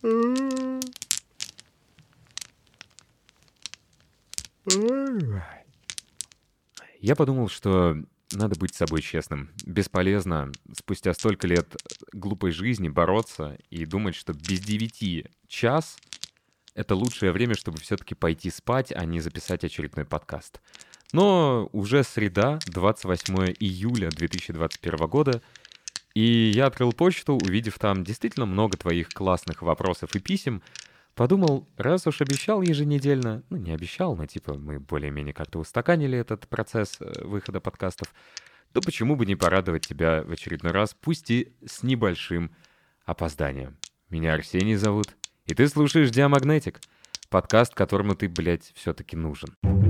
Я подумал, что надо быть с собой честным. Бесполезно спустя столько лет глупой жизни бороться и думать, что без 9 час это лучшее время, чтобы все-таки пойти спать, а не записать очередной подкаст. Но уже среда, 28 июля 2021 года, и я открыл почту, увидев там действительно много твоих классных вопросов и писем. Подумал, раз уж обещал еженедельно, ну не обещал, но типа мы более-менее как-то устаканили этот процесс выхода подкастов, то почему бы не порадовать тебя в очередной раз, пусть и с небольшим опозданием. Меня Арсений зовут, и ты слушаешь Диамагнетик, подкаст, которому ты, блядь, все-таки нужен.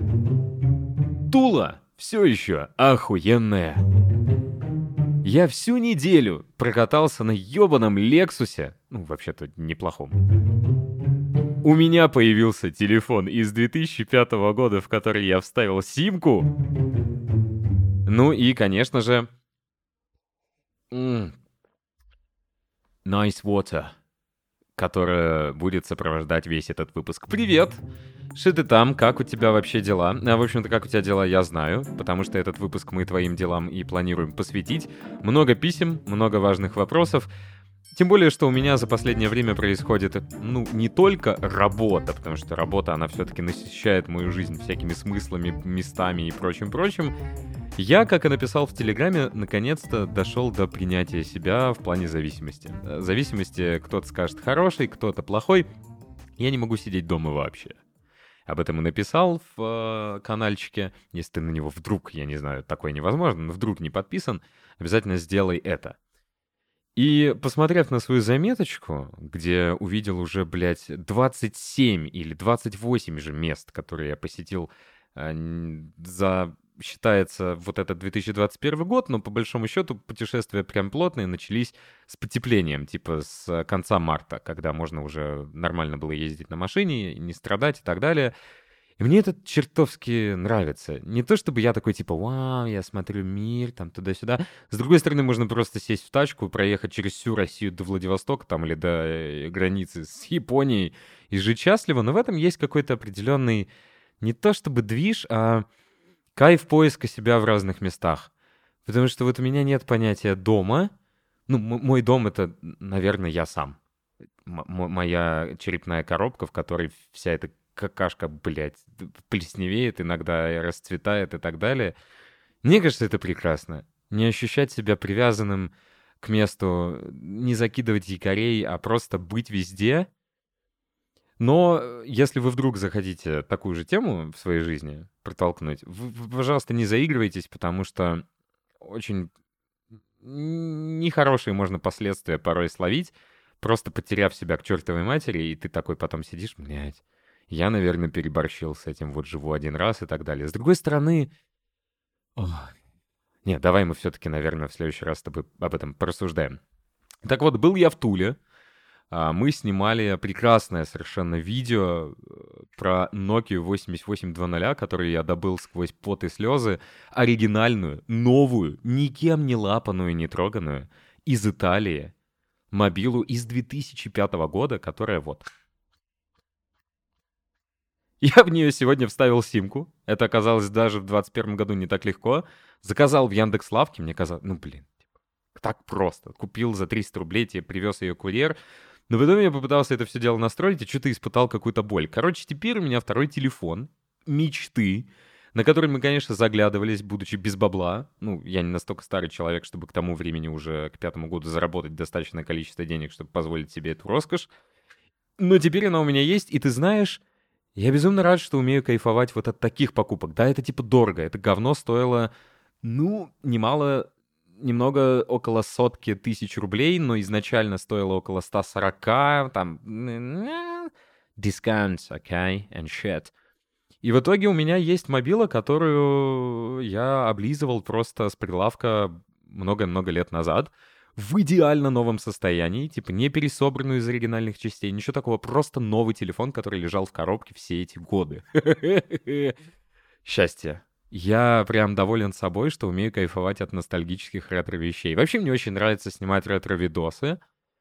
Тула все еще охуенная. Я всю неделю прокатался на ёбаном Лексусе, ну вообще-то неплохом. У меня появился телефон из 2005 года, в который я вставил симку. Ну и, конечно же, Nice Water, которая будет сопровождать весь этот выпуск. Привет! Что ты там? Как у тебя вообще дела? В общем-то, как у тебя дела, я знаю, потому что этот выпуск мы твоим делам и планируем посвятить. Много писем, много важных вопросов. Тем более, что у меня за последнее время происходит, ну, не только работа, потому что работа, она все-таки насыщает мою жизнь всякими смыслами, местами и прочим-прочим. Я, как и написал в Телеграме, наконец-то дошел до принятия себя в плане зависимости. Зависимости, кто-то скажет хороший, кто-то плохой. Я не могу сидеть дома вообще. Об этом и написал в канальчике. Если ты на него вдруг, я не знаю, такое невозможно, но вдруг не подписан, обязательно сделай это. И, посмотрев на свою заметочку, где увидел уже, блядь, 27 или 28 же мест, которые я посетил считается, вот этот 2021 год, но по большому счету путешествия прям плотные начались с потеплением, типа с конца марта, когда можно уже нормально было ездить на машине, не страдать и так далее. И мне это чертовски нравится. Не то чтобы я такой, типа, вау, я смотрю мир, там, туда-сюда. С другой стороны, можно просто сесть в тачку, проехать через всю Россию до Владивостока, там, или до границы с Японией, и жить счастливо. Но в этом есть какой-то определенный, не то чтобы движ, а кайф поиска себя в разных местах. Потому что вот у меня нет понятия дома. Ну, мой дом — это, наверное, я сам. Моя черепная коробка, в которой вся эта какашка, блядь, плесневеет, иногда расцветает и так далее. Мне кажется, это прекрасно. Не ощущать себя привязанным к месту, не закидывать якорей, а просто быть везде. Но если вы вдруг захотите такую же тему в своей жизни протолкнуть, вы, пожалуйста, не заигрывайтесь, потому что очень нехорошие можно последствия порой словить, просто потеряв себя к чертовой матери, и ты такой потом сидишь, блядь, я, наверное, переборщил с этим, вот живу один раз и так далее. С другой стороны... Нет, давай мы все-таки, наверное, в следующий раз с тобой об этом порассуждаем. Так вот, был я в Туле. Мы снимали прекрасное совершенно видео про Nokia 8820, которую я добыл сквозь пот и слезы. Оригинальную, новую, никем не лапаную, не троганную, из Италии. Мобилу из 2005 года, которая вот... Я в нее сегодня вставил симку. Это оказалось даже в 2021 году не так легко. Заказал в Яндекс.Лавке. Мне казалось, ну блин, так просто. Купил за 300 рублей, тебе привез ее курьер. Но потом я попытался это все дело настроить и что-то испытал какую-то боль. Короче, теперь у меня второй телефон. Мечты. На который мы, конечно, заглядывались, будучи без бабла. Ну, я не настолько старый человек, чтобы к тому времени уже, к 5-му году, заработать достаточное количество денег, чтобы позволить себе эту роскошь. Но теперь она у меня есть, и ты знаешь... Я безумно рад, что умею кайфовать вот от таких покупок. Да, это типа дорого. Это говно стоило, ну, немного около 100 тысяч рублей, но изначально стоило около 140, там, discounts, okay, and shit. И в итоге у меня есть мобила, которую я облизывал просто с прилавка много-много лет назад, в идеально новом состоянии, типа не пересобранную из оригинальных частей, ничего такого, просто новый телефон, который лежал в коробке все эти годы. Счастье. Я прям доволен собой, что умею кайфовать от ностальгических ретро-вещей. Вообще мне очень нравится снимать ретро-видосы.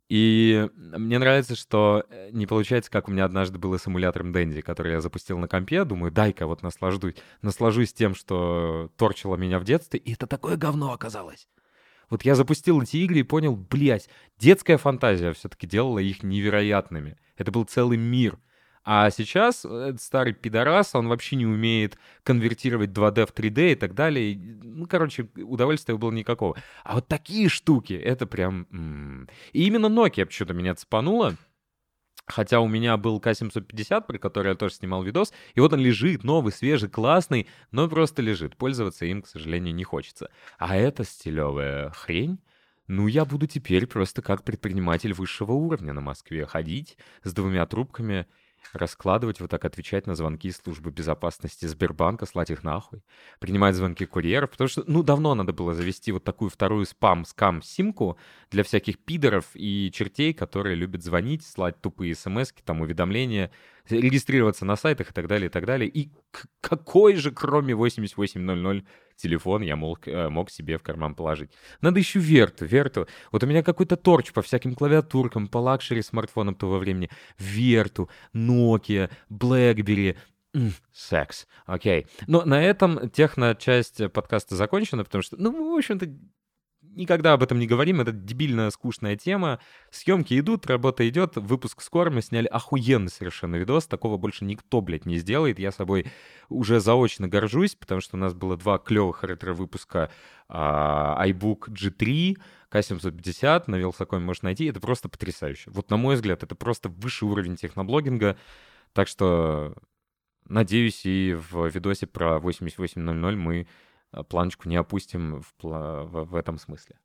И мне нравится, что не получается, как у меня однажды было с эмулятором Dendy, который я запустил на компе. Думаю, дай-ка вот наслажусь тем, что торчило меня в детстве. И это такое говно оказалось. Вот я запустил эти игры и понял, блядь, детская фантазия все-таки делала их невероятными. Это был целый мир. А сейчас этот старый пидорас, он вообще не умеет конвертировать 2D в 3D и так далее. Ну, короче, удовольствия было никакого. А вот такие штуки, это прям... И именно Nokia почему-то меня цепанула. Хотя у меня был К750, про который я тоже снимал видос, и вот он лежит, новый, свежий, классный, но просто лежит. Пользоваться им, к сожалению, не хочется. А эта стилевая хрень, ну, я буду теперь просто как предприниматель высшего уровня на Москве ходить с двумя трубками, раскладывать, вот так отвечать на звонки службы безопасности Сбербанка, слать их нахуй, принимать звонки курьеров, потому что, ну, давно надо было завести вот такую вторую спам-скам-симку для всяких пидоров и чертей, которые любят звонить, слать тупые смски, там, уведомления, регистрироваться на сайтах и так далее, и так далее. И какой же, кроме 8800, телефон я мог себе в карман положить? Надо еще Верту. Вот у меня какой-то торч по всяким клавиатуркам, по лакшери смартфонам того времени. Верту, Nokia, BlackBerry. Секс. Окей. Но на этом техно-часть подкаста закончена, потому что, ну, в общем-то, никогда об этом не говорим, это дебильно скучная тема. Съемки идут, работа идет, выпуск скоро, мы сняли охуенный совершенно видос, такого больше никто, блядь, не сделает. Я собой уже заочно горжусь, потому что у нас было 2 клевых ретро-выпуска iBook G3, К750, на Вилсакоме можно найти, это просто потрясающе. Вот на мой взгляд, это просто высший уровень техноблогинга, так что надеюсь, и в видосе про 8800 мы планочку не опустим в этом смысле.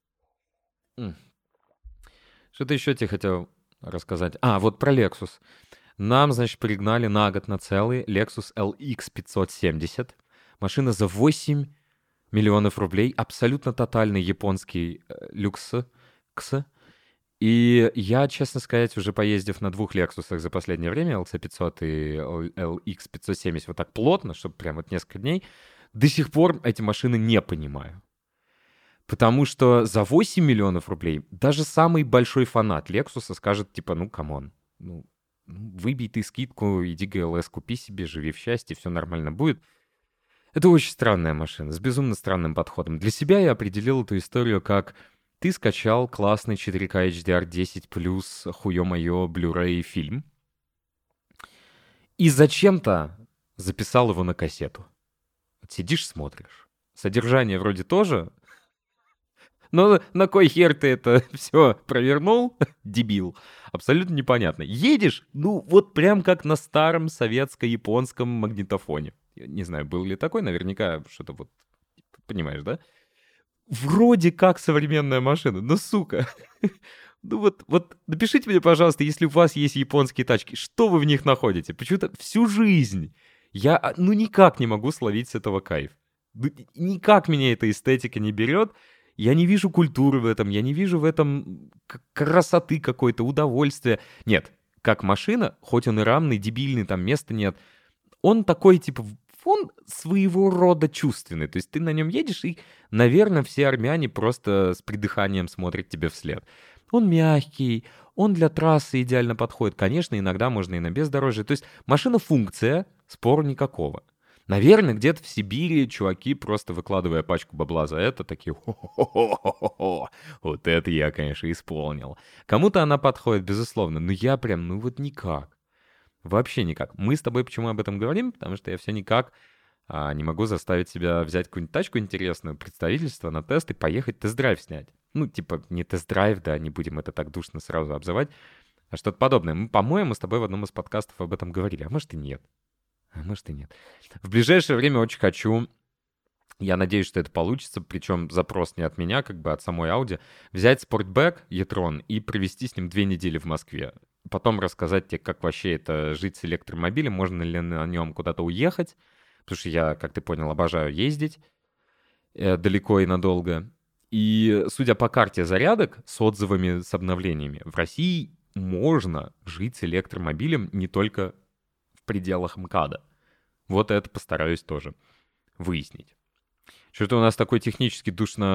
Что-то еще тебе хотел рассказать. Вот про Lexus. Нам, значит, пригнали на год на целый Lexus LX 570. Машина за 8 миллионов рублей. Абсолютно тотальный японский люкс. И я, честно сказать, уже поездив на 2 Lexus'ах за последнее время, LC500 и LX 570, вот так плотно, чтобы прям вот несколько дней, до сих пор эти машины не понимаю. Потому что за 8 миллионов рублей даже самый большой фанат Lexus скажет, типа, ну, камон, выбей ты скидку, иди ГЛС купи себе, живи в счастье, все нормально будет. Это очень странная машина, с безумно странным подходом. Для себя я определил эту историю как ты скачал классный 4К HDR10+, хуё-моё, Blu-ray фильм, и зачем-то записал его на кассету. Вот сидишь, смотришь. Содержание вроде тоже, но на кой хер ты это все провернул, дебил? Абсолютно непонятно. Едешь, ну вот прям как на старом советско-японском магнитофоне. Я не знаю, был ли такой, наверняка что-то вот, понимаешь, да? Вроде как современная машина, но сука. Ну вот напишите мне, пожалуйста, если у вас есть японские тачки, что вы в них находите? Почему-то всю жизнь я, никак не могу словить с этого кайф. Никак меня эта эстетика не берет. Я не вижу культуры в этом, я не вижу в этом красоты какой-то, удовольствия. Нет, как машина, хоть он и рамный, дебильный, там места нет, он такой, типа, он своего рода чувственный. То есть ты на нем едешь, и, наверное, все армяне просто с придыханием смотрят тебе вслед. Он мягкий, он для трассы идеально подходит. Конечно, иногда можно и на бездорожье. То есть машина-функция, спору никакого. Наверное, где-то в Сибири чуваки, просто выкладывая пачку бабла за это, такие, хо-хо-хо-хо-хо, вот это я, конечно, исполнил. Кому-то она подходит, безусловно, но я прям, вот никак. Вообще никак. Мы с тобой почему об этом говорим? Потому что я все никак не могу заставить себя взять какую-нибудь тачку интересную, представительство на тест и поехать тест-драйв снять. Ну, типа, не тест-драйв, да, не будем это так душно сразу обзывать, а что-то подобное. Мы, по-моему, с тобой в одном из подкастов об этом говорили, а может и нет. В ближайшее время очень хочу, я надеюсь, что это получится, причем запрос не от меня, как бы от самой Audi, взять спортбэк e-tron и провести с ним 2 недели в Москве. Потом рассказать тебе, как вообще это жить с электромобилем, можно ли на нем куда-то уехать, потому что я, как ты понял, обожаю ездить далеко и надолго. И, судя по карте зарядок с отзывами, с обновлениями, в России можно жить с электромобилем не только в пределах МКАДа. Вот это постараюсь тоже выяснить. Что-то у нас такой технически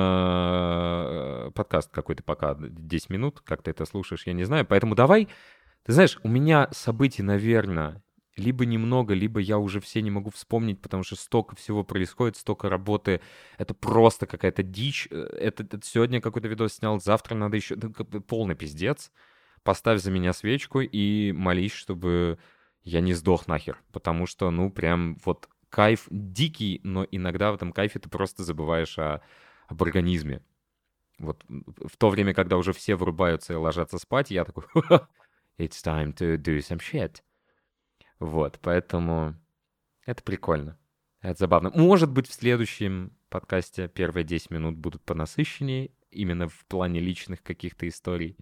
душно подкаст какой-то пока 10 минут, как ты это слушаешь, я не знаю. Поэтому давай, ты знаешь, у меня событий, наверное, либо немного, либо я уже все не могу вспомнить, потому что столько всего происходит, столько работы. Это просто какая-то дичь. Это сегодня какой-то видос снял, завтра надо еще... Полный пиздец. Поставь за меня свечку и молись, чтобы я не сдох нахер. Потому что, ну, прям вот кайф дикий, но иногда в этом кайфе ты просто забываешь об организме. Вот в то время, когда уже все вырубаются и ложатся спать, я такой... It's time to do some shit. Вот, поэтому это прикольно. Это забавно. Может быть, в следующем подкасте первые 10 минут будут понасыщеннее, именно в плане личных каких-то историй.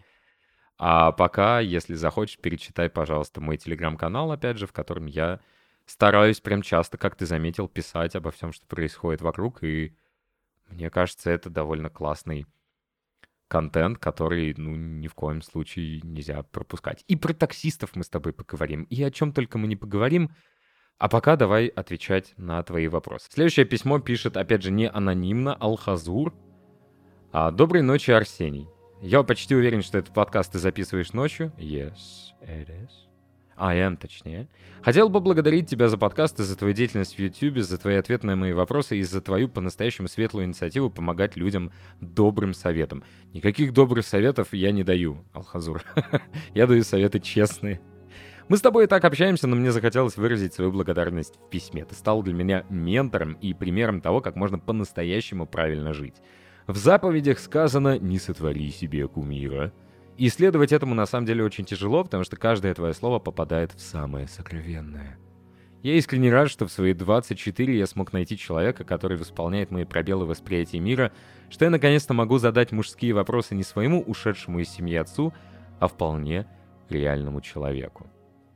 А пока, если захочешь, перечитай, пожалуйста, мой телеграм-канал, опять же, в котором я стараюсь прям часто, как ты заметил, писать обо всем, что происходит вокруг. И мне кажется, это довольно классный контент, который, ну, ни в коем случае нельзя пропускать. И про таксистов мы с тобой поговорим, и о чем только мы не поговорим. А пока давай отвечать на твои вопросы. Следующее письмо пишет, опять же, не анонимно, Алхазур. Доброй ночи, Арсений. Я почти уверен, что этот подкаст ты записываешь ночью. Yes, it is. I am, точнее. Хотел бы поблагодарить тебя за подкаст и за твою деятельность в YouTube, за твои ответы на мои вопросы и за твою по-настоящему светлую инициативу помогать людям добрым советом. Никаких добрых советов я не даю, Алхазур. Я даю советы честные. Мы с тобой и так общаемся, но мне захотелось выразить свою благодарность в письме. Ты стал для меня ментором и примером того, как можно по-настоящему правильно жить. В заповедях сказано «не сотвори себе кумира». И следовать этому на самом деле очень тяжело, потому что каждое твое слово попадает в самое сокровенное. Я искренне рад, что в свои 24 я смог найти человека, который восполняет мои пробелы восприятия мира, что я наконец-то могу задать мужские вопросы не своему ушедшему из семьи отцу, а вполне реальному человеку.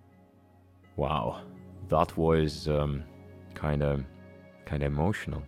Wow, that was kind of emotional.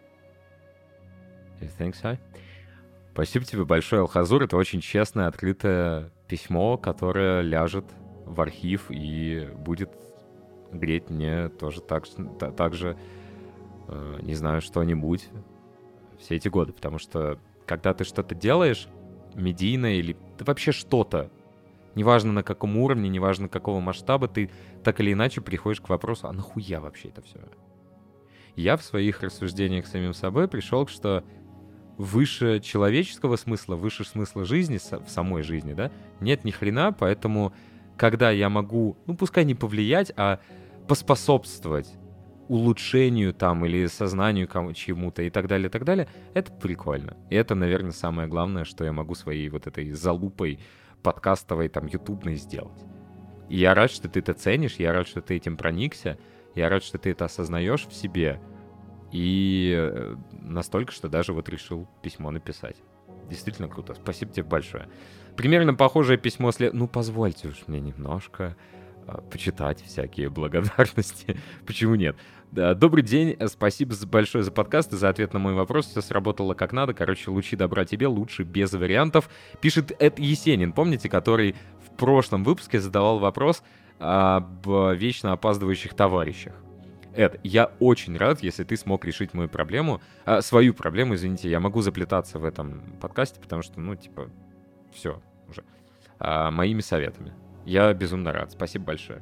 You think so? Спасибо тебе большое, Алхазур. Это очень честное, открытое письмо, которое ляжет в архив и будет греть мне тоже так же, не знаю, что-нибудь все эти годы. Потому что, когда ты что-то делаешь, медийное или ты вообще что-то, неважно на каком уровне, неважно какого масштаба, ты так или иначе приходишь к вопросу, а нахуя вообще это все? Я в своих рассуждениях с самим собой пришел, что выше человеческого смысла, выше смысла жизни, в самой жизни, да, нет ни хрена, поэтому, когда я могу, ну, пускай не повлиять, а поспособствовать улучшению там или сознанию чему-то и так далее, это прикольно. И это, наверное, самое главное, что я могу своей вот этой залупой подкастовой, там, ютубной сделать. И я рад, что ты это ценишь, я рад, что ты этим проникся, я рад, что ты это осознаешь в себе, и настолько, что даже вот решил письмо написать. Действительно круто. Спасибо тебе большое. Примерно похожее письмо Ну, позвольте уж мне немножко почитать всякие благодарности. Почему нет? Да, добрый день. Спасибо большое за подкаст и за ответ на мой вопрос. Все сработало как надо. Короче, лучи добра тебе. Лучше без вариантов. Пишет Эд Есенин. Помните, который в прошлом выпуске задавал вопрос об вечно опаздывающих товарищах? Эд, я очень рад, если ты смог решить мою проблему, свою проблему, извините, я могу заплетаться в этом подкасте, потому что, ну, типа, все уже, моими советами. Я безумно рад, спасибо большое.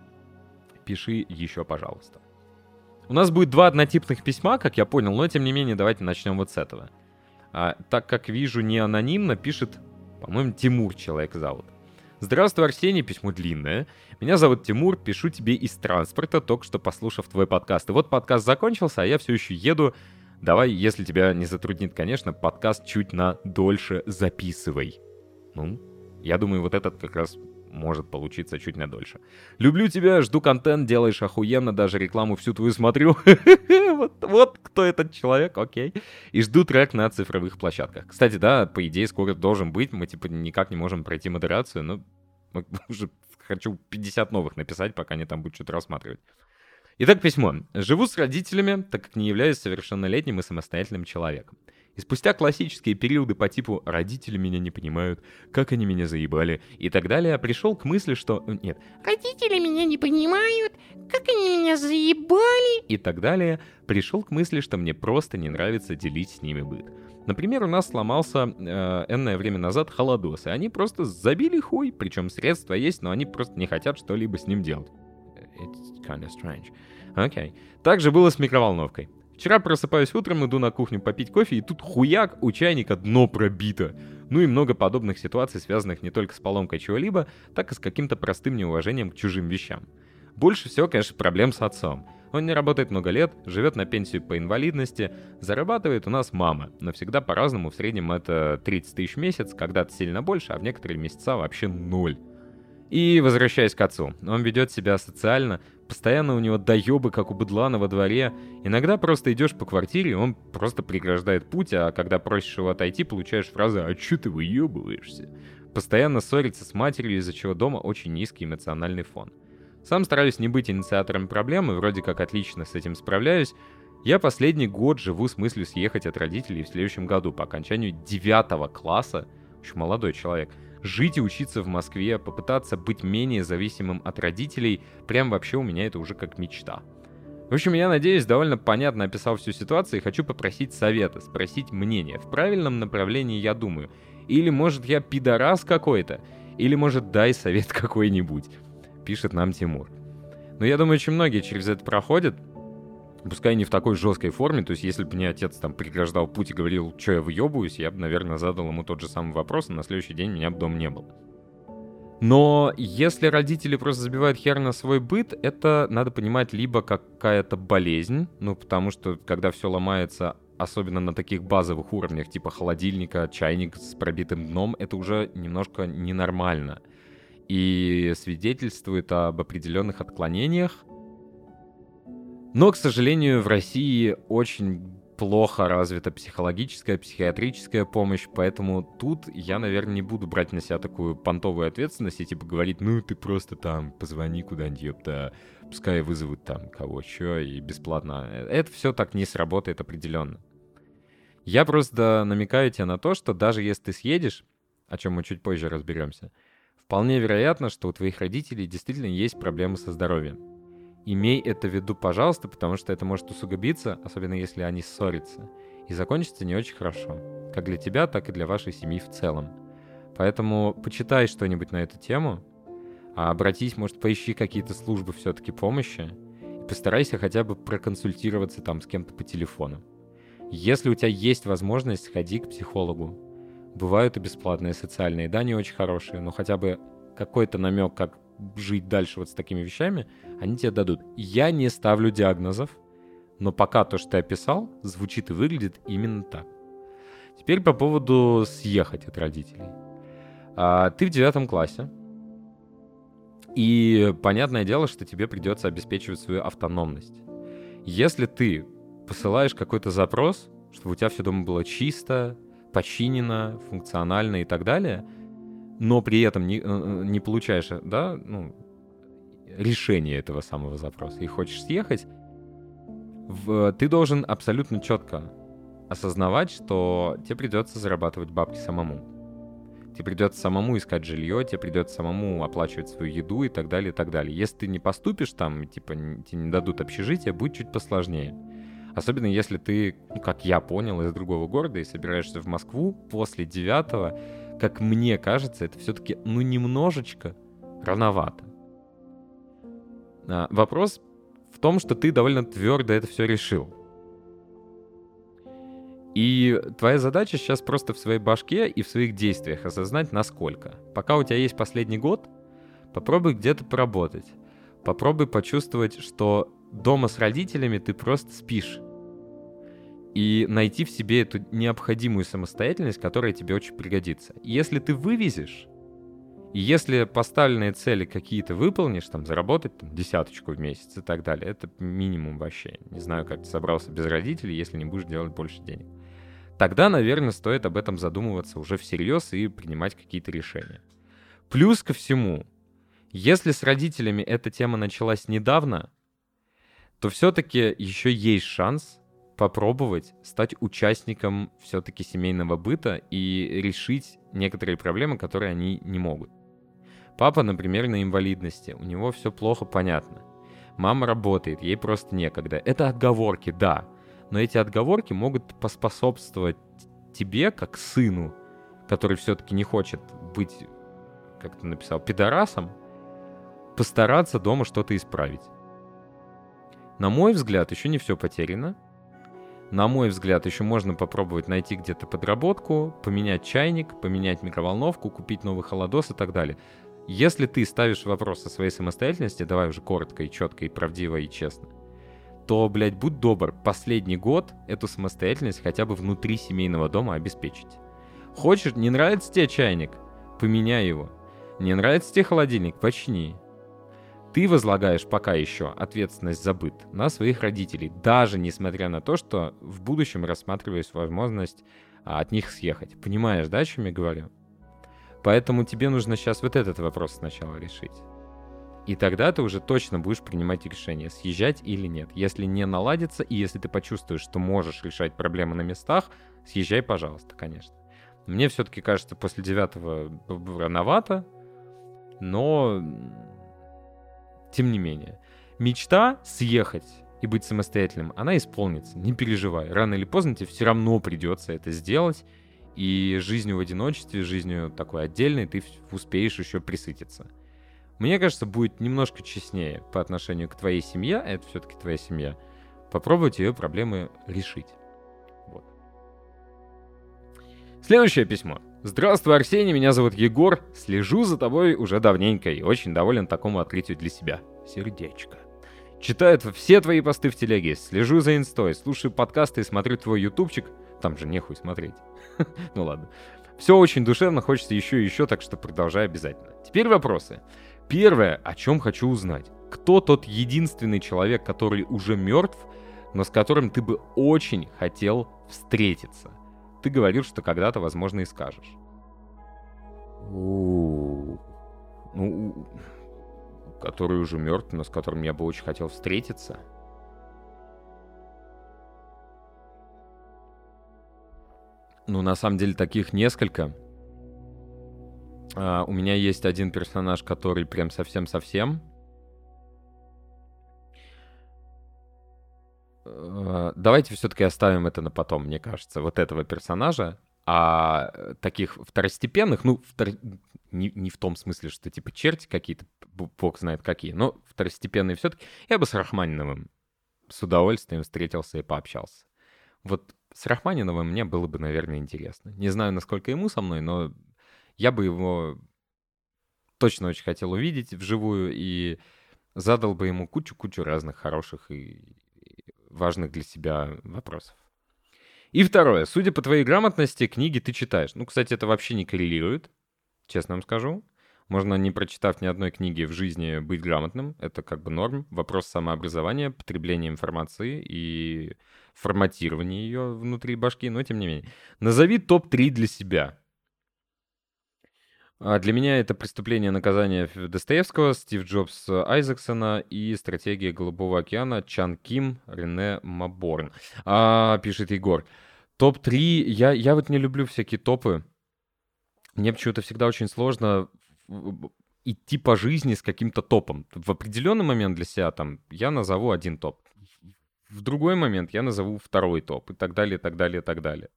Пиши еще, пожалуйста. У нас будет 2 однотипных письма, как я понял, но, тем не менее, давайте начнем вот с этого. Так как вижу, не анонимно, пишет, по-моему, Тимур человек зовут. Здравствуй, Арсений, письмо длинное. Меня зовут Тимур, пишу тебе из транспорта, только что послушав твой подкаст. И вот подкаст закончился, а я все еще еду. Давай, если тебя не затруднит, конечно, подкаст чуть на дольше записывай. Ну, я думаю, вот этот как раз может получиться чуть на дольше. Люблю тебя, жду контент, делаешь охуенно, даже рекламу всю твою смотрю. Вот кто этот человек, окей. И жду трек на цифровых площадках. Кстати, да, по идее, скоро должен быть. Мы, типа, никак не можем пройти модерацию, но уже хочу 50 новых написать, пока они там будут что-то рассматривать. Итак, письмо. Живу с родителями, так как не являюсь совершеннолетним и самостоятельным человеком. И спустя классические периоды по типу «родители меня не понимают», «как они меня заебали» и так далее, пришел к мысли, что нет, «родители меня не понимают», «как они меня заебали» и так далее, пришел к мысли, что мне просто не нравится делить с ними быт. Например, у нас сломался энное время назад холодос, и они просто забили хуй, причем средства есть, но они просто не хотят что-либо с ним делать. It's kind of strange. Окей. Также было с микроволновкой. Вчера просыпаюсь утром, иду на кухню попить кофе, и тут хуяк, у чайника дно пробито. Ну и много подобных ситуаций, связанных не только с поломкой чего-либо, так и с каким-то простым неуважением к чужим вещам. Больше всего, конечно, проблем с отцом. Он не работает много лет, живет на пенсию по инвалидности, зарабатывает у нас мама, но всегда по-разному, в среднем это 30 тысяч в месяц, когда-то сильно больше, а в некоторые месяца вообще 0. И возвращаясь к отцу, он ведет себя асоциально, постоянно у него доебы, как у быдлана во дворе. Иногда просто идешь по квартире, он просто преграждает путь, а когда просишь его отойти, получаешь фразу «А чё ты выебываешься?». Постоянно ссорится с матерью, из-за чего дома очень низкий эмоциональный фон. Сам стараюсь не быть инициатором проблемы, вроде как отлично с этим справляюсь. Я последний год живу с мыслью съехать от родителей в следующем году, по окончанию 9 класса, очень молодой человек, жить и учиться в Москве, попытаться быть менее зависимым от родителей, прям вообще у меня это уже как мечта. В общем, я надеюсь, довольно понятно описал всю ситуацию и хочу попросить совета, спросить мнение. В правильном направлении я думаю. Или, может, я пидорас какой-то? Или, может, дай совет какой-нибудь? Пишет нам Тимур. Но я думаю, очень многие через это проходят. Пускай не в такой жесткой форме, то есть если бы мне отец там преграждал путь и говорил, что я выебываюсь, я бы, наверное, задал ему тот же самый вопрос, и на следующий день меня бы дома не было. Но если родители просто забивают хер на свой быт, это надо понимать либо какая-то болезнь, ну потому что когда все ломается, особенно на таких базовых уровнях, типа холодильника, чайник с пробитым дном, это уже немножко ненормально. И свидетельствует об определенных отклонениях. Но, к сожалению, в России очень плохо развита психологическая, психиатрическая помощь, поэтому тут я, наверное, не буду брать на себя такую понтовую ответственность и типа говорить, ну ты просто там позвони куда-нибудь, ёпта, пускай вызовут там кого, чё, и бесплатно. Это все так не сработает определенно. Я просто намекаю тебе на то, что даже если ты съедешь, о чем мы чуть позже разберемся, вполне вероятно, что у твоих родителей действительно есть проблемы со здоровьем. Имей это в виду, пожалуйста, потому что это может усугубиться, особенно если они ссорятся, и закончится не очень хорошо, как для тебя, так и для вашей семьи в целом. Поэтому почитай что-нибудь на эту тему, а обратись, может, поищи какие-то службы все-таки помощи, и постарайся хотя бы проконсультироваться там с кем-то по телефону. Если у тебя есть возможность, сходи к психологу. Бывают и бесплатные социальные, да, не очень хорошие, но хотя бы какой-то намек, как жить дальше вот с такими вещами, они тебе дадут. Я не ставлю диагнозов, но пока то, что ты описал, звучит и выглядит именно так. Теперь по поводу съехать от родителей. Ты в 9 классе, и понятное дело, что тебе придется обеспечивать свою автономность. Если ты посылаешь какой-то запрос, чтобы у тебя все дома было чисто, починено, функционально и так далее, но при этом не получаешь, да, решение этого самого запроса и хочешь съехать, ты должен абсолютно четко осознавать, что тебе придется зарабатывать бабки самому. Тебе придется самому искать жилье, тебе придется самому оплачивать свою еду и так далее, и так далее. Если ты не поступишь там, типа, тебе не дадут общежитие, будет чуть посложнее. Особенно если ты, как я понял, из другого города и собираешься в Москву после 9-го, как мне кажется, это все-таки, немножечко рановато. Вопрос в том, что ты довольно твердо это все решил. И твоя задача сейчас просто в своей башке и в своих действиях осознать, насколько. Пока у тебя есть последний год, попробуй где-то поработать. Попробуй почувствовать, что дома с родителями ты просто спишь. И найти в себе эту необходимую самостоятельность, которая тебе очень пригодится. И если ты вывезешь, и если поставленные цели какие-то выполнишь, там, заработать там, 10 в месяц и так далее, это минимум вообще. Не знаю, как ты собрался без родителей, если не будешь делать больше денег. Тогда, наверное, стоит об этом задумываться уже всерьез и принимать какие-то решения. Плюс ко всему, если с родителями эта тема началась недавно, то все-таки еще есть шанс попробовать стать участником все-таки семейного быта и решить некоторые проблемы, которые они не могут. Папа, например, на инвалидности, у него все плохо понятно. Мама работает, ей просто некогда. Это отговорки, да, но эти отговорки могут поспособствовать тебе, как сыну, который все-таки не хочет быть, как ты написал, пидорасом, постараться дома что-то исправить. На мой взгляд, еще не все потеряно. На мой взгляд, еще можно попробовать найти где-то подработку, поменять чайник, поменять микроволновку, купить новый холодос и так далее. Если ты ставишь вопрос о своей самостоятельности, давай уже коротко и четко, и правдиво, и честно, то, блядь, будь добр, последний год эту самостоятельность хотя бы внутри семейного дома обеспечить. Хочешь, не нравится тебе чайник? Поменяй его. Не нравится тебе холодильник? Почини. Ты возлагаешь пока еще ответственность за быт на своих родителей, даже несмотря на то, что в будущем рассматриваешь возможность от них съехать. Понимаешь, да, о чем я говорю? Поэтому тебе нужно сейчас вот этот вопрос сначала решить. И тогда ты уже точно будешь принимать решение, съезжать или нет. Если не наладится, и если ты почувствуешь, что можешь решать проблемы на местах, съезжай, пожалуйста, конечно. Мне все-таки кажется, после 9-го рановато, но тем не менее. Мечта съехать и быть самостоятельным, она исполнится, не переживай. Рано или поздно тебе все равно придется это сделать, и жизнью в одиночестве, жизнью такой отдельной ты успеешь еще присытиться. Мне кажется, будет немножко честнее по отношению к твоей семье, а это все-таки твоя семья, попробовать ее проблемы решить. Вот. Следующее письмо. Здравствуй, Арсений, меня зовут Егор. Слежу за тобой уже давненько и очень доволен такому открытию для себя. Сердечко. Читаю все твои посты в телеге, слежу за инстой, слушаю подкасты и смотрю твой ютубчик. Там же нехуй смотреть. Ну ладно. Все очень душевно, хочется еще и еще, так что продолжай обязательно. Теперь вопросы. Первое, о чем хочу узнать. Кто тот единственный человек, который уже мертв, но с которым ты бы очень хотел встретиться? Ты говорил, что когда-то, возможно, и скажешь. Ну, который уже мертв, но с которым я бы очень хотел встретиться. Ну, на самом деле, таких несколько. У меня есть один персонаж, который прям совсем-совсем. Давайте все-таки оставим это на потом, мне кажется, вот этого персонажа. А таких второстепенных, ну, не в том смысле, что типа черти какие-то, бог знает какие, но второстепенные все-таки, я бы с Рахманиновым с удовольствием встретился и пообщался. Вот с Рахманиновым мне было бы, наверное, интересно. Не знаю, насколько ему со мной, но я бы его точно очень хотел увидеть вживую и задал бы ему кучу-кучу разных хороших и важных для себя вопросов. И второе. Судя по твоей грамотности, книги ты читаешь. Ну, кстати, это вообще не коррелирует, честно вам скажу. Можно, не прочитав ни одной книги в жизни, быть грамотным. Это как бы норм. Вопрос самообразования, потребления информации и форматирования ее внутри башки, но тем не менее. Назови топ-3 для себя. Для меня это «Преступление и наказание» Достоевского, Стив Джобс Айзексона и «Стратегия Голубого океана» Чан Ким, Рене Маборн. Пишет Егор. Топ-3. Я вот не люблю всякие топы. Мне почему-то всегда очень сложно идти по жизни с каким-то топом. В определенный момент для себя там я назову один топ. В другой момент я назову второй топ и так далее, и так далее, и так далее.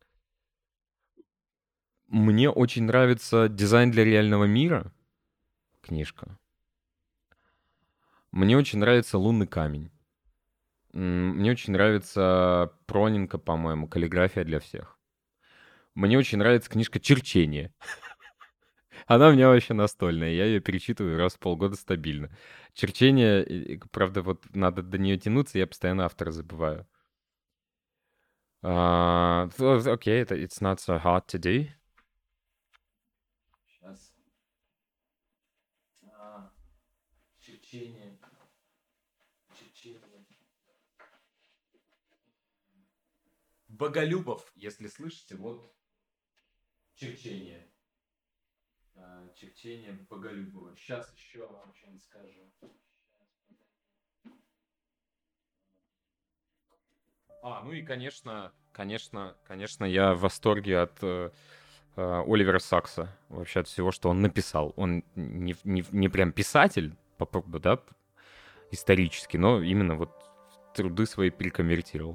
Мне очень нравится «Дизайн для реального мира», книжка. Мне очень нравится «Лунный камень». Мне очень нравится Проненко, по-моему, «Каллиграфия для всех». Мне очень нравится книжка «Черчение». Она у меня вообще настольная, я ее перечитываю раз в полгода стабильно. «Черчение», правда, вот надо до нее тянуться, я постоянно автора забываю. Окей, это «It's not so hard to do». Сейчас. Черчение. Боголюбов, если слышите, вот Черчение. Черчение Боголюбова. Сейчас еще вам что-нибудь скажу. Ну и, конечно, я в восторге от Оливера Сакса. Вообще от всего, что он написал. Он не прям писатель, да, исторический, но именно вот труды свои переконвертировал.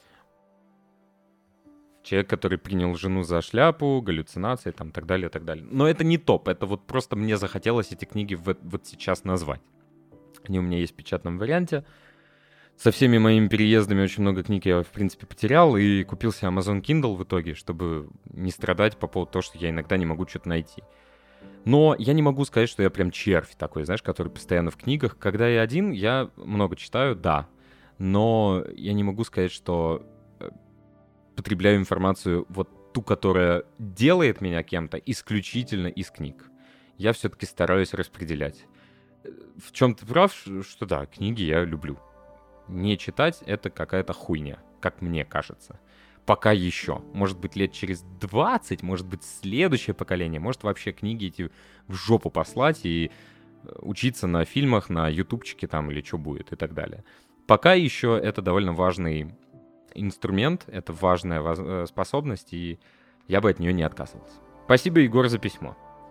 Человек, который принял жену за шляпу, галлюцинации, там, так далее, так далее. Но это не топ, это вот просто мне захотелось эти книги вот сейчас назвать. Они у меня есть в печатном варианте. Со всеми моими переездами очень много книг я, в принципе, потерял и купил себе Amazon Kindle в итоге, чтобы не страдать по поводу того, что я иногда не могу что-то найти. Но я не могу сказать, что я прям червь такой, знаешь, который постоянно в книгах. Когда я один, я много читаю, да. Но я не могу сказать, что потребляю информацию вот ту, которая делает меня кем-то, исключительно из книг. Я все-таки стараюсь распределять. В чем ты прав, что да, книги я люблю. Не читать — это какая-то хуйня, как мне кажется. Пока еще. Может быть, лет через 20, может быть, следующее поколение, может вообще книги эти в жопу послать и учиться на фильмах, на ютубчике там или что будет и так далее. Пока еще это довольно важный инструмент, это важная способность, и я бы от нее не отказывался. Спасибо, Егор, за письмо.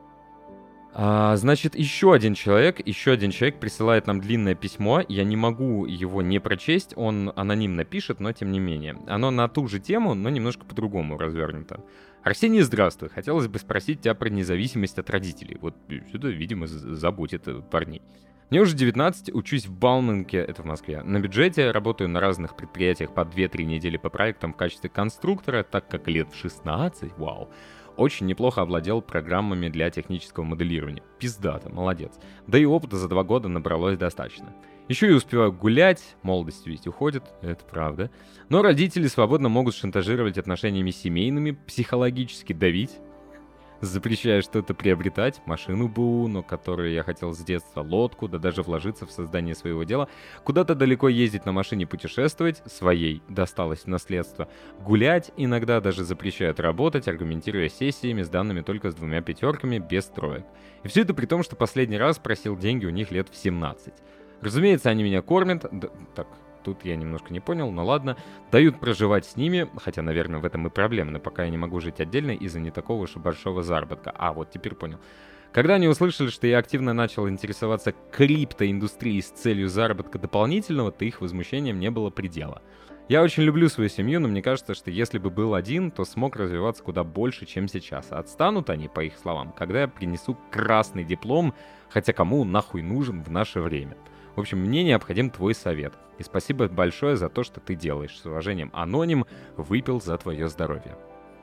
Значит, еще один человек присылает нам длинное письмо. Я не могу его не прочесть, он анонимно пишет, но тем не менее. Оно на ту же тему, но немножко по-другому развернуто. Арсений, здравствуй. Хотелось бы спросить тебя про независимость от родителей. Вот сюда, видимо, заботит парней. Мне уже 19, учусь в Бауманке, это в Москве, на бюджете, работаю на разных предприятиях по 2-3 недели по проектам в качестве конструктора, так как лет в 16, вау, очень неплохо овладел программами для технического моделирования. Пиздато, молодец. Да и опыта за 2 года набралось достаточно. Еще и успеваю гулять, молодость ведь уходит, это правда. Но родители свободно могут шантажировать отношениями семейными, психологически давить, запрещая что-то приобретать, машину БУ, но которую я хотел с детства, лодку, да даже вложиться в создание своего дела, куда-то далеко ездить на машине, путешествовать, своей досталось наследство, гулять, иногда даже запрещают работать, аргументируя сессиями с данными только с 2 пятерками, без троек. И все это при том, что последний раз просил деньги у них лет в 17. Разумеется, они меня кормят, так... Тут я немножко не понял, но ладно. Дают проживать с ними, хотя, наверное, в этом и проблема, но пока я не могу жить отдельно из-за не такого уж и большого заработка. Вот теперь понял. Когда они услышали, что я активно начал интересоваться криптоиндустрией с целью заработка дополнительного, то их возмущением не было предела. Я очень люблю свою семью, но мне кажется, что если бы был один, то смог развиваться куда больше, чем сейчас. Отстанут они, по их словам, когда я принесу красный диплом, хотя кому нахуй нужен в наше время. В общем, мне необходим твой совет. И спасибо большое за то, что ты делаешь. С уважением, Аноним, выпил за твое здоровье.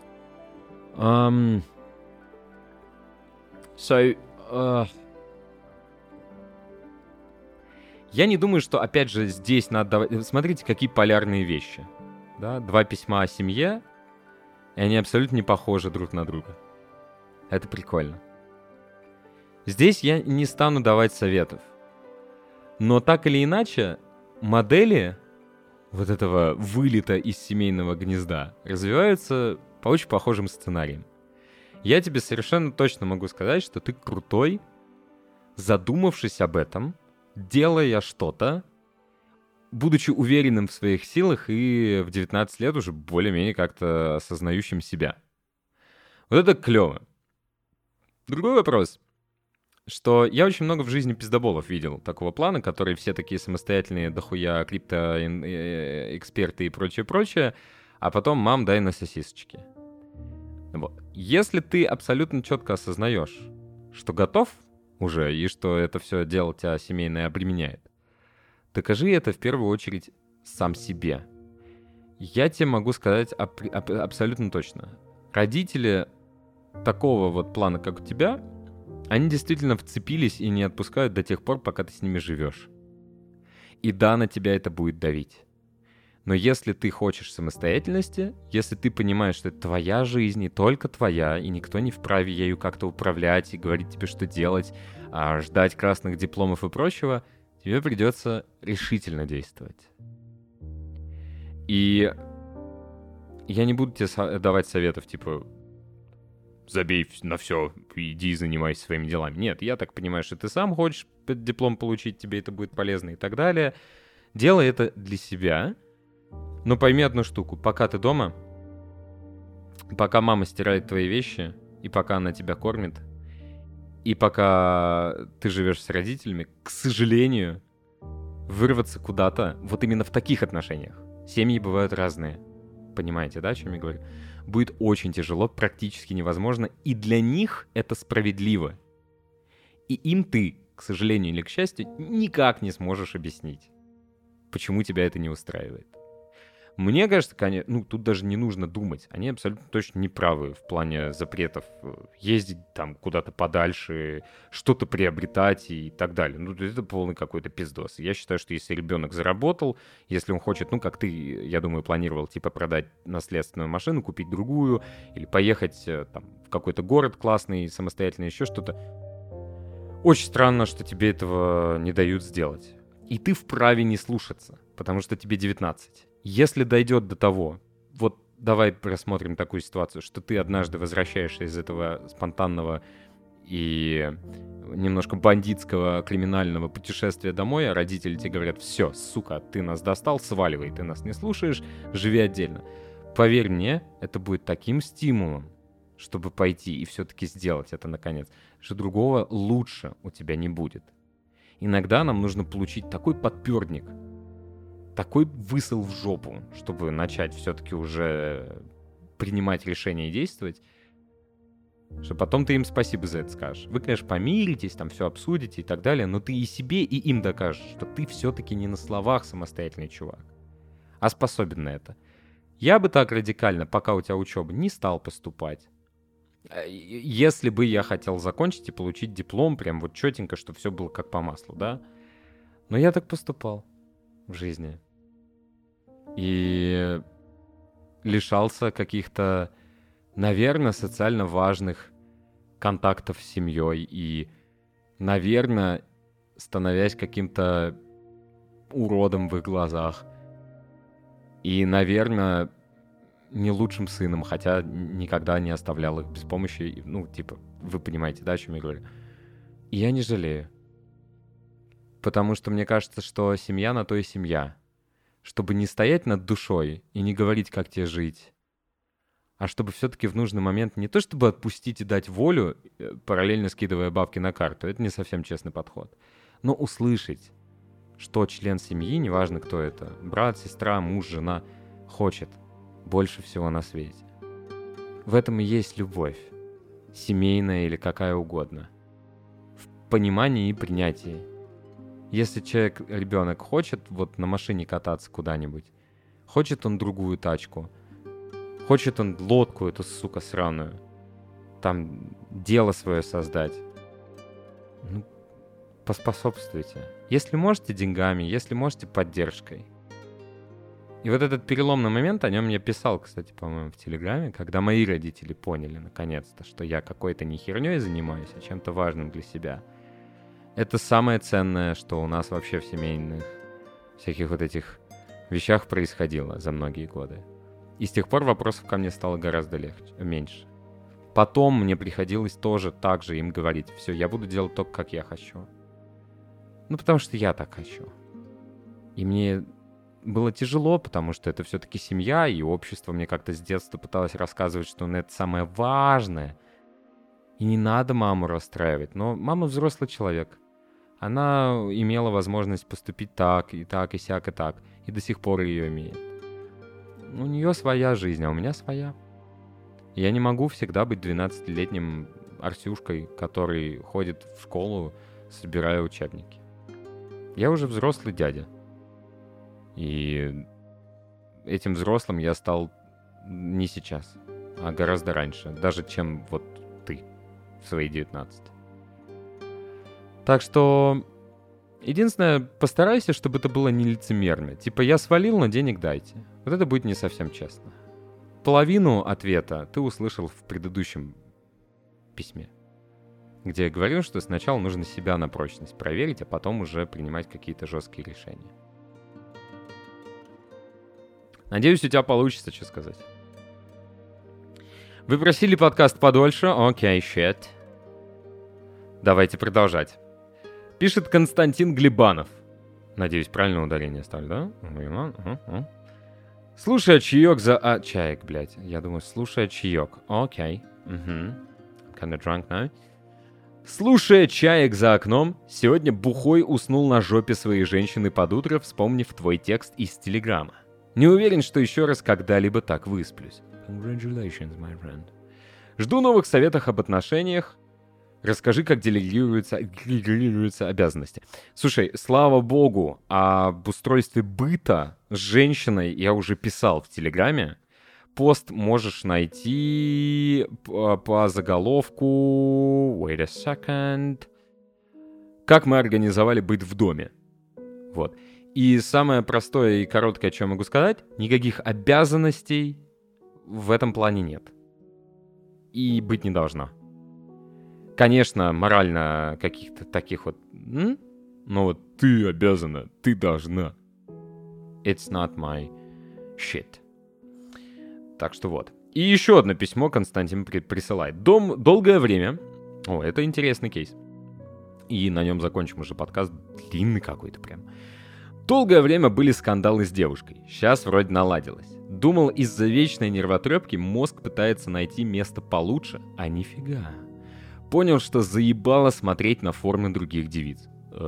Я не думаю, что, опять же, здесь надо... Смотрите, какие полярные вещи. Да? 2 письма о семье, и они абсолютно не похожи друг на друга. Это прикольно. Здесь я не стану давать советов. Но так или иначе, модели вот этого вылета из семейного гнезда развиваются по очень похожим сценариям. Я тебе совершенно точно могу сказать, что ты крутой, задумавшись об этом, делая что-то, будучи уверенным в своих силах и в 19 лет уже более-менее как-то осознающим себя. Вот это клево. Другой вопрос, что я очень много в жизни пиздоболов видел такого плана, которые все такие самостоятельные, дохуя криптоэксперты и прочее, а потом мам, дай на сосисочки. Вот. Если ты абсолютно четко осознаешь, что готов уже, и что это все дело тебя семейное обременяет, докажи это в первую очередь сам себе. Я тебе могу сказать абсолютно точно. Родители такого вот плана, как у тебя, они действительно вцепились и не отпускают до тех пор, пока ты с ними живешь. И да, на тебя это будет давить. Но если ты хочешь самостоятельности, если ты понимаешь, что это твоя жизнь, и только твоя, и никто не вправе ею как-то управлять и говорить тебе, что делать, ждать красных дипломов и прочего, тебе придется решительно действовать. И я не буду тебе давать советов, типа, забей на все, иди и занимайся своими делами. Нет, я так понимаю, что ты сам хочешь диплом получить, тебе это будет полезно и так далее. Делай это для себя, Но пойми одну штуку. Пока ты дома, пока мама стирает твои вещи, и пока она тебя кормит, и пока ты живешь с родителями, к сожалению, вырваться куда-то, вот именно в таких отношениях, семьи бывают разные, понимаете, да, о чем я говорю, будет очень тяжело, практически невозможно, и для них это справедливо. И им ты, к сожалению или к счастью, никак не сможешь объяснить, почему тебя это не устраивает. Мне кажется, конечно, тут даже не нужно думать. Они абсолютно точно не правы в плане запретов ездить там куда-то подальше, что-то приобретать и так далее. Это полный какой-то пиздос. Я считаю, что если ребенок заработал, если он хочет, как ты, я думаю, планировал, типа продать наследственную машину, купить другую, или поехать там в какой-то город классный, самостоятельно еще что-то, очень странно, что тебе этого не дают сделать. И ты вправе не слушаться, потому что тебе 19. Если дойдет до того, вот давай рассмотрим такую ситуацию, что ты однажды возвращаешься из этого спонтанного и немножко бандитского криминального путешествия домой, а родители тебе говорят: все, сука, ты нас достал, сваливай, ты нас не слушаешь, живи отдельно. Поверь мне, это будет таким стимулом, чтобы пойти и все-таки сделать это наконец, что другого лучше у тебя не будет. Иногда нам нужно получить такой подпердник, такой высыл в жопу, чтобы начать все-таки уже принимать решения и действовать, что потом ты им спасибо за это скажешь. Вы, конечно, помиритесь, там все обсудите и так далее, но ты и себе, и им докажешь, что ты все-таки не на словах самостоятельный чувак, а способен на это. Я бы так радикально, пока у тебя учеба, не стал поступать. Если бы я хотел закончить и получить диплом, прям вот четенько, что все было как по маслу, да? Но я так поступал в жизни. И лишался каких-то, наверное, социально важных контактов с семьей. И, наверное, становясь каким-то уродом в их глазах. И, наверное, не лучшим сыном, хотя никогда не оставлял их без помощи. Вы понимаете, да, о чем я говорю? И я не жалею. Потому что мне кажется, что семья на то и семья. Чтобы не стоять над душой и не говорить, как тебе жить, а чтобы все-таки в нужный момент не то чтобы отпустить и дать волю, параллельно скидывая бабки на карту, это не совсем честный подход, но услышать, что член семьи, неважно кто это, брат, сестра, муж, жена, хочет больше всего на свете. В этом и есть любовь, семейная или какая угодно, в понимании и принятии. Если человек, ребенок, хочет вот на машине кататься куда-нибудь, хочет он другую тачку, хочет он лодку эту, сука, сраную, там дело свое создать, поспособствуйте. Если можете деньгами, если можете поддержкой. И вот этот переломный момент, о нем я писал, кстати, по-моему, в Телеграме, когда мои родители поняли, наконец-то, что я какой-то не херней занимаюсь, а чем-то важным для себя. Это самое ценное, что у нас вообще в семейных всяких вот этих вещах происходило за многие годы. И с тех пор вопросов ко мне стало гораздо меньше. Потом мне приходилось тоже так же им говорить: все, я буду делать то, как я хочу. Потому что я так хочу. И мне было тяжело, потому что это все-таки семья, и общество мне как-то с детства пыталось рассказывать, что это самое важное. И не надо маму расстраивать. Но мама взрослый человек. Она имела возможность поступить так, и сяк, и так. И до сих пор ее имеет. У нее своя жизнь, а у меня своя. Я не могу всегда быть 12-летним Арсюшкой, который ходит в школу, собирая учебники. Я уже взрослый дядя. И этим взрослым я стал не сейчас, а гораздо раньше. Даже чем вот ты в свои 19. Так что единственное, постарайся, чтобы это было не лицемерно. Типа я свалил, но денег дайте. Вот это будет не совсем честно. Половину ответа ты услышал в предыдущем письме, где я говорил, что сначала нужно себя на прочность проверить, а потом уже принимать какие-то жесткие решения. Надеюсь, у тебя получится, что сказать. Вы просили подкаст подольше? Окей, shit. Давайте продолжать. Пишет Константин Глебанов. Надеюсь, правильное ударение ставлю, да? Слушай, чаек за... чаек, блядь. Я думаю, слушай, чаек. Окей. Угу. Kinda drunk now. Слушая чаек за окном, сегодня бухой уснул на жопе своей женщины под утро, вспомнив твой текст из Телеграма. Не уверен, что еще раз когда-либо так высплюсь. Congratulations, my friend. Жду новых советов об отношениях. Расскажи, как делегируются обязанности. Слушай, слава богу, об устройстве быта с женщиной я уже писал в Телеграме. Пост можешь найти по заголовку «Wait a second». Как мы организовали быт в доме. Вот. И самое простое и короткое, что я могу сказать, никаких обязанностей в этом плане нет. И быть не должно. Конечно, морально каких-то таких вот... Но вот ты обязана, ты должна. It's not my shit. Так что вот. И еще одно письмо Константин присылает. Долгое время... О, это интересный кейс. И на нем закончим уже подкаст. Длинный какой-то прям. Долгое время были скандалы с девушкой. Сейчас вроде наладилось. Думал, из-за вечной нервотрепки мозг пытается найти место получше, а нифига. Понял, что заебало смотреть на формы других девиц.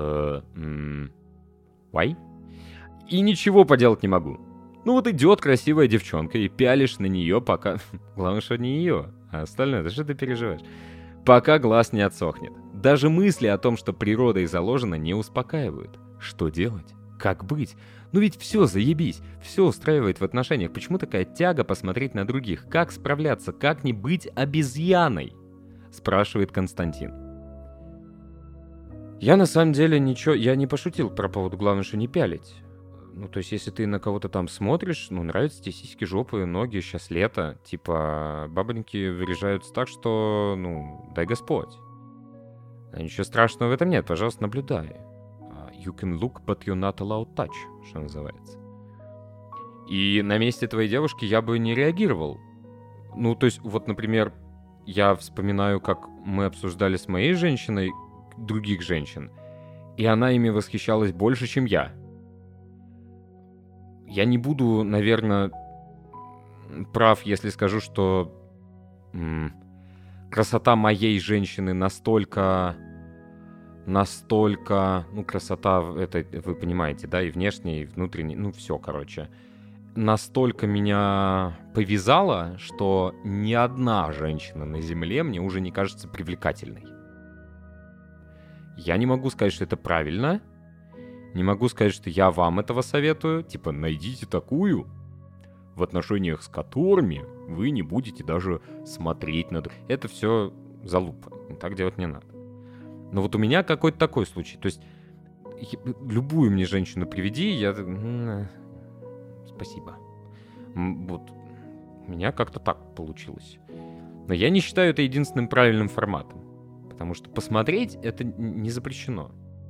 Why? И ничего поделать не могу. Ну вот идет красивая девчонка, и пялишь на нее, пока... Главное, что не ее, а остальное, да что ты переживаешь? Пока глаз не отсохнет. Даже мысли о том, что природой заложено, не успокаивают. Что делать? Как быть? Ну ведь все заебись, все устраивает в отношениях. Почему такая тяга посмотреть на других? Как справляться? Как не быть обезьяной? Спрашивает Константин. Я на самом деле ничего... Я не пошутил про поводу главное, что не пялить. Ну, то есть, если ты на кого-то там смотришь, ну, нравятся тебе сиськи, жопы, ноги, сейчас лето, типа, бабоньки выряжаются так, что, ну, дай Господь. А ничего страшного в этом нет, пожалуйста, наблюдай. You can look, but you're not allowed touch, что называется. И на месте твоей девушки я бы не реагировал. Ну, то есть, вот, например, я вспоминаю, как мы обсуждали с моей женщиной других женщин, и она ими восхищалась больше, чем я. Я не буду, наверное, прав, если скажу, что красота моей женщины настолько, ну, красота, это вы понимаете, да, и внешняя, и внутренняя, ну, все, короче, настолько меня повязала, что ни одна женщина на земле мне уже не кажется привлекательной. Я не могу сказать, что это правильно. Не могу сказать, что я вам этого советую. Типа, найдите такую, в отношениях с которыми вы не будете даже смотреть на... Это все залупа. Так делать не надо. Но вот у меня какой-то такой случай. То есть, любую мне женщину приведи, я... Спасибо. Вот. У меня как-то так получилось. Но я не считаю это единственным правильным форматом. Потому что посмотреть это не запрещено.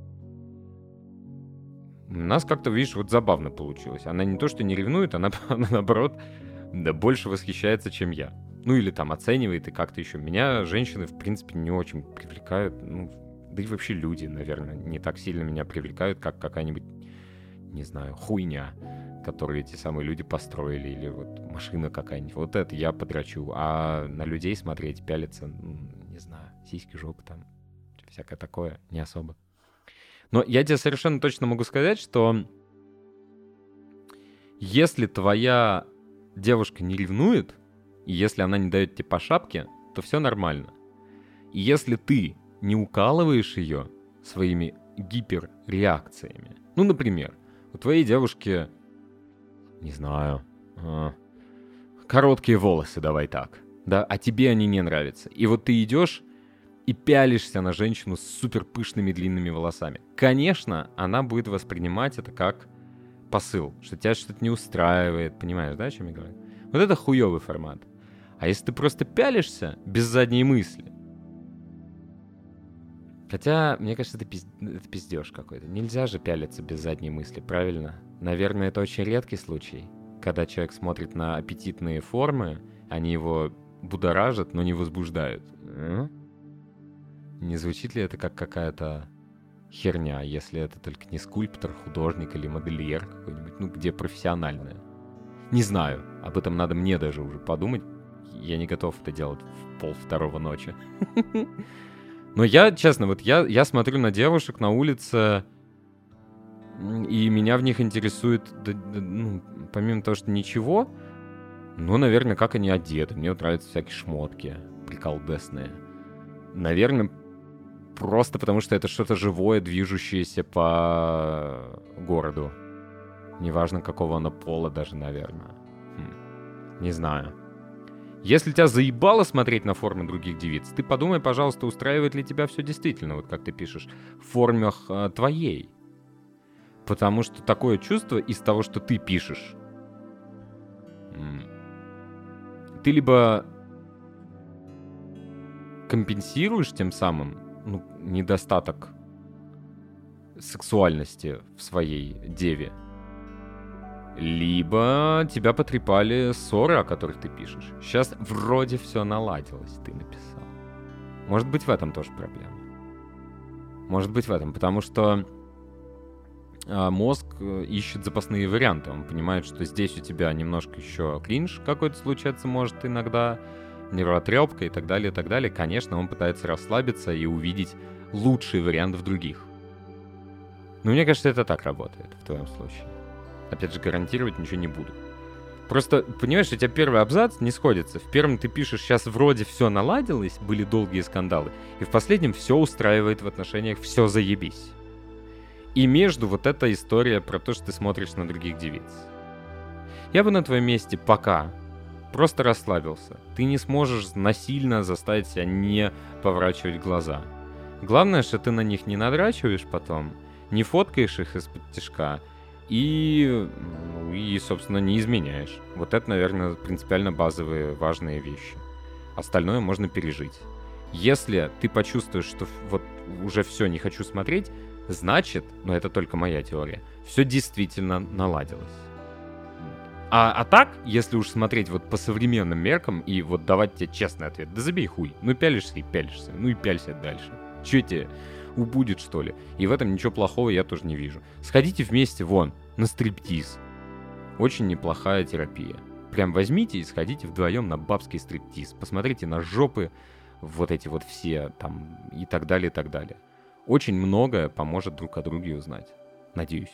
У нас как-то, видишь, вот забавно получилось. Она не то, что не ревнует, она наоборот, да, больше восхищается, чем я. Ну, или там оценивает и как-то еще. Меня женщины, в принципе, не очень привлекают. Ну, да и вообще люди, наверное, не так сильно меня привлекают, как какая-нибудь, не знаю, хуйня, которую эти самые люди построили. Или вот машина какая-нибудь. Вот это я подрачу. А на людей смотреть, пялиться, не знаю, сиськи, жопы там, всякое такое, не особо. Но я тебе совершенно точно могу сказать, что если твоя девушка не ревнует, и если она не дает тебе по шапке, то все нормально. И если ты не укалываешь ее своими гиперреакциями, ну, например, у твоей девушки, не знаю, короткие волосы, давай так, да, а тебе они не нравятся. И вот ты идешь и пялишься на женщину с супер пышными длинными волосами. Конечно, она будет воспринимать это как посыл, что тебя что-то не устраивает, понимаешь, да, о чем я говорю? Вот это хуёвый формат. А если ты просто пялишься без задней мысли? Хотя, мне кажется, это пиздёж какой-то. Нельзя же пялиться без задней мысли, правильно? Наверное, это очень редкий случай, когда человек смотрит на аппетитные формы, они его будоражат, но не возбуждают. Не звучит ли это как какая-то херня, если это только не скульптор, художник или модельер какой-нибудь, ну, где профессиональное? Не знаю, об этом надо мне даже уже подумать. Я не готов это делать в 1:30 ночи. Но я, честно, вот я смотрю на девушек на улице, и меня в них интересует, ну, помимо того, что ничего, ну, наверное, как они одеты. Мне вот нравятся всякие шмотки приколдесные. Наверное, просто потому, что это что-то живое, движущееся по городу. Неважно, какого оно пола даже, наверное. Не знаю. Если тебя заебало смотреть на формы других девиц, ты подумай, пожалуйста, устраивает ли тебя все действительно, вот как ты пишешь, в формах твоей. Потому что такое чувство из того, что ты пишешь, ты либо компенсируешь тем самым недостаток сексуальности в своей деве, либо тебя потрепали ссоры, о которых ты пишешь. Сейчас вроде все наладилось, ты написал. Может быть, в этом тоже проблема. Может быть, в этом, потому что мозг ищет запасные варианты. Он понимает, что здесь у тебя немножко еще кринж какой-то случается может иногда, нервотрепка и так далее, и так далее. Конечно, он пытается расслабиться и увидеть лучший вариант в других. Но мне кажется, это так работает в твоем случае. Опять же, гарантировать ничего не буду. Просто, понимаешь, у тебя первый абзац не сходится. В первом ты пишешь, сейчас вроде все наладилось, были долгие скандалы. И в последнем все устраивает в отношениях, все заебись. И между вот эта история про то, что ты смотришь на других девиц. Я бы на твоем месте пока просто расслабился. Ты не сможешь насильно заставить себя не поворачивать глаза. Главное, что ты на них не надрачиваешь потом, не фоткаешь их из-под тишка и, собственно, не изменяешь. Вот это, наверное, принципиально базовые важные вещи. Остальное можно пережить. Если ты почувствуешь, что вот уже все, не хочу смотреть, значит, но это только моя теория, все действительно наладилось. А так, если уж смотреть вот по современным меркам и вот давать тебе честный ответ, да забей хуй, ну пялишься и пялишься, ну и пялься дальше. Че тебе убудет, что ли? И в этом ничего плохого я тоже не вижу. Сходите вместе вон, на стриптиз. Очень неплохая терапия. Прям возьмите и сходите вдвоем на бабский стриптиз. Посмотрите на жопы вот эти вот все там и так далее, и так далее. Очень многое поможет друг о друге узнать. Надеюсь.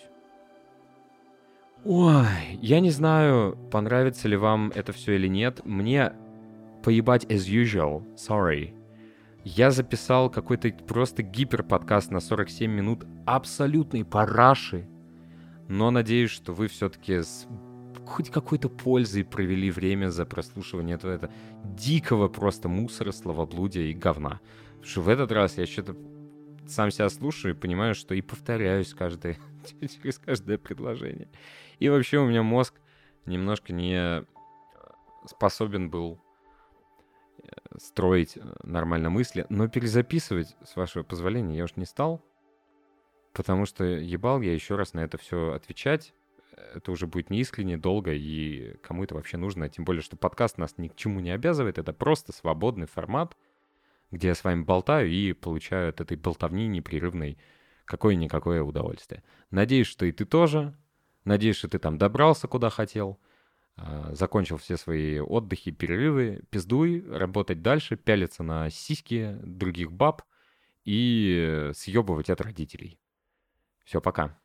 Ой, я не знаю, понравится ли вам это все или нет. Мне поебать as usual. Sorry. Я записал какой-то просто гиперподкаст на 47 минут абсолютной параши. Но надеюсь, что вы все-таки с хоть какой-то пользой провели время за прослушивание этого дикого просто мусора, словоблудия и говна. Потому что в этот раз я что-то сам себя слушаю и понимаю, что и повторяюсь через каждое предложение. И вообще у меня мозг немножко не способен был строить нормально мысли, но перезаписывать, с вашего позволения, я уж не стал, потому что ебал я еще раз на это все отвечать. Это уже будет неискренне, долго, и кому это вообще нужно, тем более, что подкаст нас ни к чему не обязывает, это просто свободный формат, где я с вами болтаю и получаю от этой болтовни непрерывной какое-никакое удовольствие. Надеюсь, что и ты тоже. Надеюсь, что ты там добрался, куда хотел. Закончил все свои отдыхи, перерывы. Пиздуй, работать дальше, пялиться на сиськи других баб и съебывать от родителей. Все, пока.